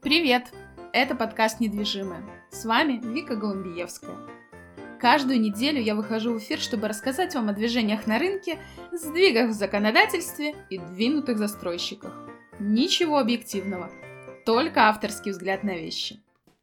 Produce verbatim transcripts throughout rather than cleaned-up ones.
Привет! Это подкаст «Недвижимое». С вами Вика Голумбиевская. Каждую неделю я выхожу в эфир, чтобы рассказать вам о движениях на рынке, сдвигах в законодательстве и двинутых застройщиках. Ничего объективного, только авторский взгляд на вещи.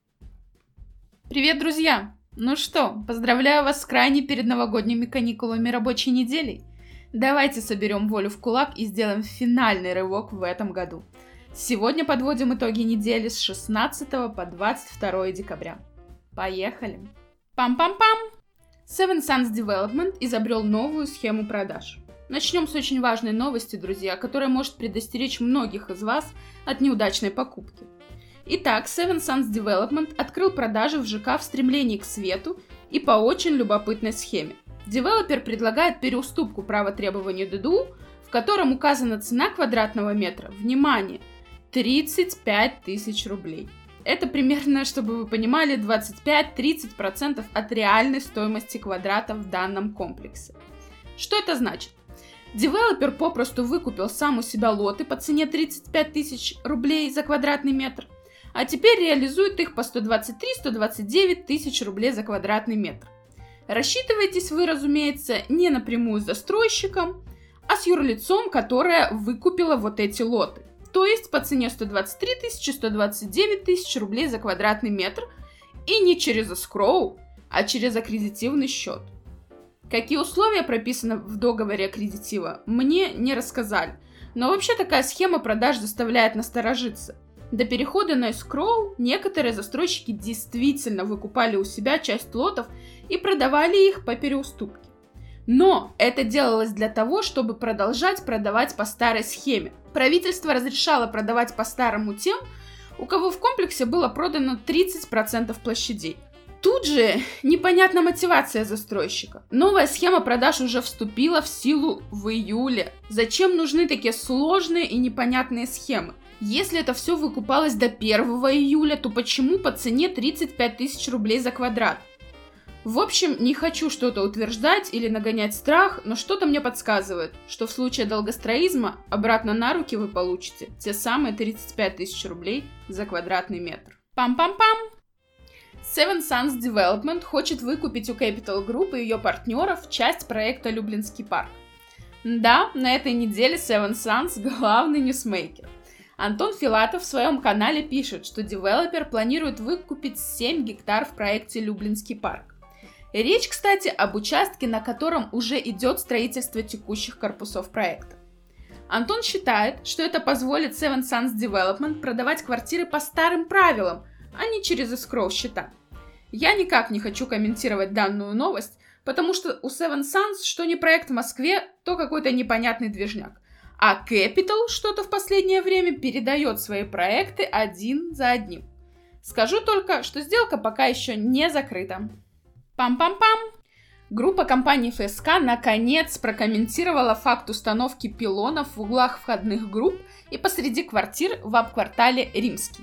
Привет, друзья! Ну что, поздравляю вас с крайней перед новогодними каникулами рабочей неделей. Давайте соберем волю в кулак и сделаем финальный рывок в этом году. Сегодня подводим итоги недели с шестнадцатого по двадцать второе декабря. Поехали! Пам-пам-пам! Seven Suns Development изобрел новую схему продаж. Начнем с очень важной новости, друзья, которая может предостеречь многих из вас от неудачной покупки. Итак, Seven Suns Development открыл продажи в ЖК в стремлении к свету и по очень любопытной схеме. Девелопер предлагает переуступку права требования ДДУ, в котором указана цена квадратного метра, внимание, тридцать пять тысяч рублей. Это примерно, чтобы вы понимали, двадцать пять-тридцать процентов от реальной стоимости квадрата в данном комплексе. Что это значит? Девелопер попросту выкупил сам у себя лоты по цене тридцать пять тысяч рублей за квадратный метр, а теперь реализует их по сто двадцать три - сто двадцать девять тысяч рублей за квадратный метр. Рассчитываетесь вы, разумеется, не напрямую с застройщиком, а с юрлицом, которое выкупило вот эти лоты. То есть по цене сто двадцать три тысячи - сто двадцать девять тысяч рублей за квадратный метр и не через эскроу, а через аккредитивный счет. Какие условия прописаны в договоре аккредитива, мне не рассказали, но вообще такая схема продаж заставляет насторожиться. До перехода на эскроу некоторые застройщики действительно выкупали у себя часть лотов и продавали их по переуступке. Но это делалось для того, чтобы продолжать продавать по старой схеме. Правительство разрешало продавать по-старому тем, у кого в комплексе было продано тридцать процентов площадей. Тут же непонятна мотивация застройщика. Новая схема продаж уже вступила в силу в июле. Зачем нужны такие сложные и непонятные схемы? Если это все выкупалось до первого июля, то почему по цене тридцать пять тысяч рублей за квадрат? В общем, не хочу что-то утверждать или нагонять страх, но что-то мне подсказывает, что в случае долгостроизма обратно на руки вы получите те самые тридцать пять тысяч рублей за квадратный метр. Пам-пам-пам! Seven Suns Development хочет выкупить у Capital Group и ее партнеров часть проекта Люблинский парк. Да, на этой неделе Seven Suns главный ньюсмейкер. Антон Филатов в своем канале пишет, что девелопер планирует выкупить семь гектар в проекте Люблинский парк. Речь, кстати, об участке, на котором уже идет строительство текущих корпусов проекта. Антон считает, что это позволит Seven Suns Development продавать квартиры по старым правилам, а не через эскроу счета. Я никак не хочу комментировать данную новость, потому что у Seven Suns что не проект в Москве, то какой-то непонятный движняк. А Capital что-то в последнее время передает свои проекты один за одним. Скажу только, что сделка пока еще не закрыта. Пам-пам-пам! Группа компаний эф эс ка наконец прокомментировала факт установки пилонов в углах входных групп и посреди квартир в аб-квартале Римский.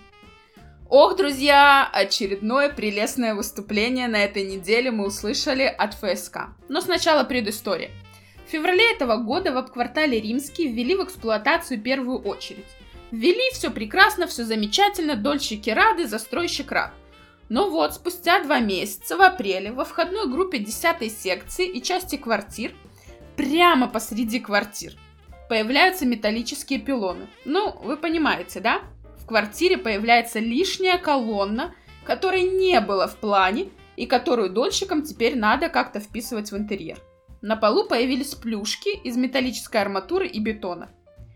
Ох, друзья, очередное прелестное выступление на этой неделе мы услышали от эф эс ка. Но сначала предыстория. В феврале этого года в аб-квартале Римский ввели в эксплуатацию первую очередь. Ввели, все прекрасно, все замечательно, дольщики рады, застройщик рад. Но вот, спустя два месяца, в апреле, во входной группе десятой секции и части квартир, прямо посреди квартир, появляются металлические пилоны. Ну, вы понимаете, да? В квартире появляется лишняя колонна, которой не было в плане и которую дольщикам теперь надо как-то вписывать в интерьер. На полу появились плюшки из металлической арматуры и бетона.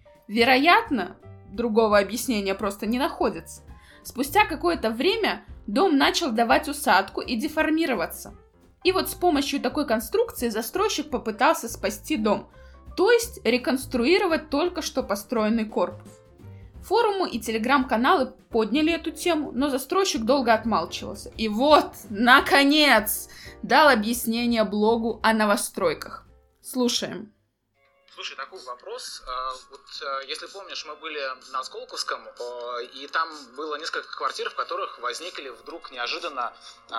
Вероятно, другого объяснения просто не находится. Спустя какое-то время дом начал давать усадку и деформироваться. И вот с помощью такой конструкции застройщик попытался спасти дом, то есть реконструировать только что построенный корпус. Форумы и телеграм-каналы подняли эту тему, но застройщик долго отмалчивался. И вот, наконец, дал объяснение блогу о новостройках. Слушаем. Слушай, такой вопрос. Вот если помнишь, мы были на Сколковском, и там было несколько квартир, в которых возникли вдруг неожиданно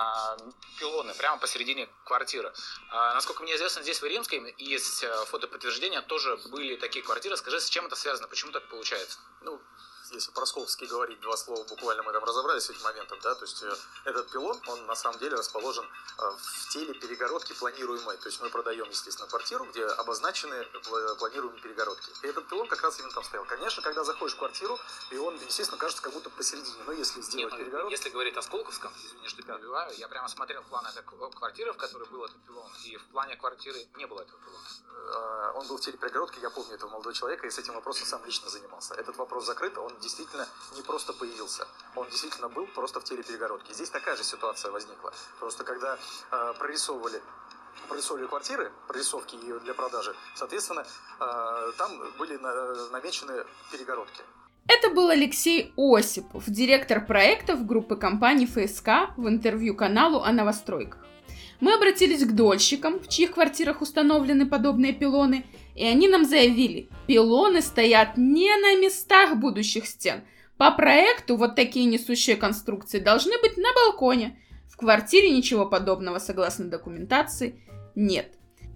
пилоны прямо посередине квартиры. Насколько мне известно, здесь в Римском есть фотоподтверждения, тоже были такие квартиры. Скажи, с чем это связано? Почему так получается? Ну, если про Сколковский говорить два слова, буквально мы там разобрались с этим моментом, да, то есть этот пилон, он на самом деле расположен в теле перегородки планируемой, то есть мы продаем, естественно, квартиру, где обозначены планируемые перегородки. И этот пилон как раз именно там стоял. Конечно, когда заходишь в квартиру, и он, естественно, кажется как будто посередине, но если сделать Нет, перегородку... Если говорить о Сколковском, извини, что перебиваю, я прямо смотрел план этой квартиры, в которой был этот пилон, и в плане квартиры не было этого пилона. Он был в теле перегородки, я помню этого молодого человека, и с этим вопросом сам лично занимался. Этот вопрос закрыт, он действительно не просто появился, он действительно был просто в теле перегородки. Здесь такая же ситуация возникла. Просто когда э, прорисовывали, прорисовывали квартиры, прорисовки для продажи, соответственно, э, там были на, намечены перегородки. Это был Алексей Осипов, директор проектов группы компаний эф эс ка, в интервью каналу о новостройках. Мы обратились к дольщикам, в чьих квартирах установлены подобные пилоны, и они нам заявили, пилоны стоят не на местах будущих стен. По проекту вот такие несущие конструкции должны быть на балконе. В квартире ничего подобного, согласно документации, нет.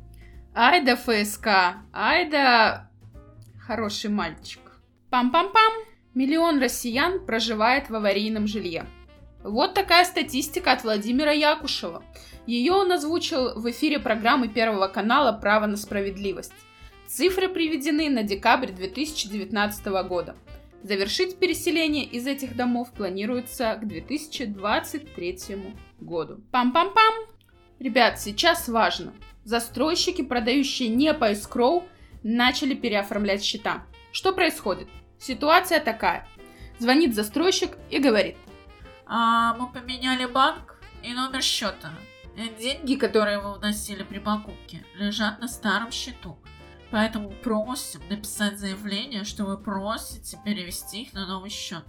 Ай да эф эс ка, ай да хороший мальчик. Пам-пам-пам! Миллион россиян проживает в аварийном жилье. Вот такая статистика от Владимира Якушева. Ее он озвучил в эфире программы Первого канала «Право на справедливость». Цифры приведены на декабрь две тысячи девятнадцатого года. Завершить переселение из этих домов планируется к две тысячи двадцать третьему году. Пам-пам-пам! Ребят, сейчас важно. Застройщики, продающие не по эскроу, начали переоформлять счета. Что происходит? Ситуация такая. Звонит застройщик и говорит: а, мы поменяли банк и номер счета. Деньги, которые вы вносили при покупке, лежат на старом счету. Поэтому просим написать заявление, что вы просите перевести их на новый счет.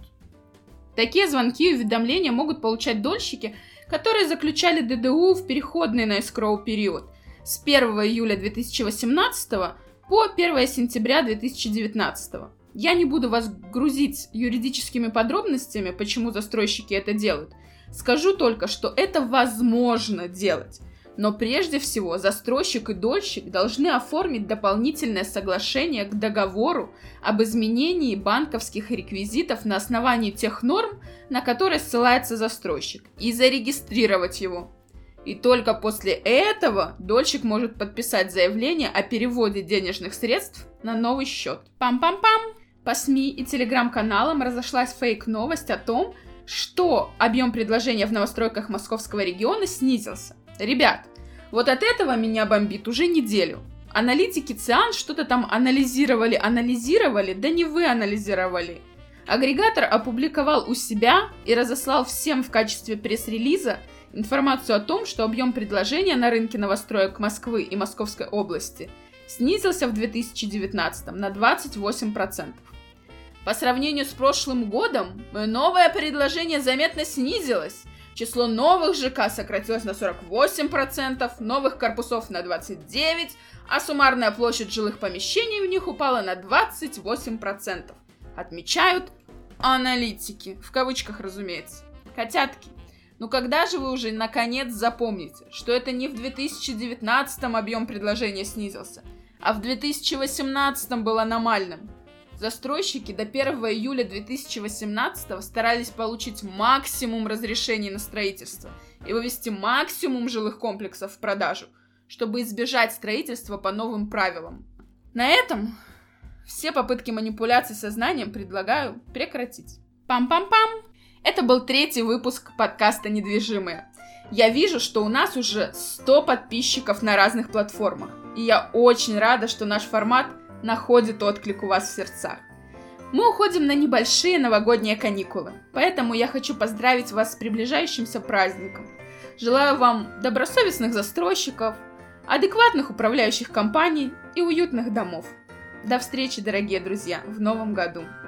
Такие звонки и уведомления могут получать дольщики, которые заключали дэ дэ у в переходный на эскроу период с первого июля две тысячи восемнадцатого по первого сентября две тысячи девятнадцатого. Я не буду вас грузить юридическими подробностями, почему застройщики это делают. Скажу только, что это возможно делать. Но прежде всего застройщик и дольщик должны оформить дополнительное соглашение к договору об изменении банковских реквизитов на основании тех норм, на которые ссылается застройщик, и зарегистрировать его. И только после этого дольщик может подписать заявление о переводе денежных средств на новый счет. Пам-пам-пам! По СМИ и телеграм-каналам разошлась фейк-новость о том, что объем предложения в новостройках московского региона снизился. Ребят, вот от этого меня бомбит уже неделю. Аналитики ЦИАН что-то там анализировали, анализировали, да не вы анализировали. Агрегатор опубликовал у себя и разослал всем в качестве пресс-релиза информацию о том, что объем предложения на рынке новостроек Москвы и Московской области снизился в две тысячи девятнадцатом на двадцать восемь процентов. По сравнению с прошлым годом, новое предложение заметно снизилось. Число новых ЖК сократилось на сорок восемь процентов, новых корпусов на двадцать девять процентов, а суммарная площадь жилых помещений в них упала на двадцать восемь процентов. Отмечают аналитики, в кавычках, разумеется. Котятки, ну когда же вы уже наконец запомните, что это не в две тысячи девятнадцатом объем предложения снизился, а в две тысячи восемнадцатом был аномальным? Застройщики до первого июля две тысячи восемнадцатого старались получить максимум разрешений на строительство и вывести максимум жилых комплексов в продажу, чтобы избежать строительства по новым правилам. На этом все попытки манипуляций сознанием предлагаю прекратить. Пам-пам-пам! Это был третий выпуск подкаста «Недвижимые». Я вижу, что у нас уже сто подписчиков на разных платформах, и я очень рада, что наш формат находит отклик у вас в сердцах. Мы уходим на небольшие новогодние каникулы, поэтому я хочу поздравить вас с приближающимся праздником. Желаю вам добросовестных застройщиков, адекватных управляющих компаний и уютных домов. До встречи, дорогие друзья, в новом году!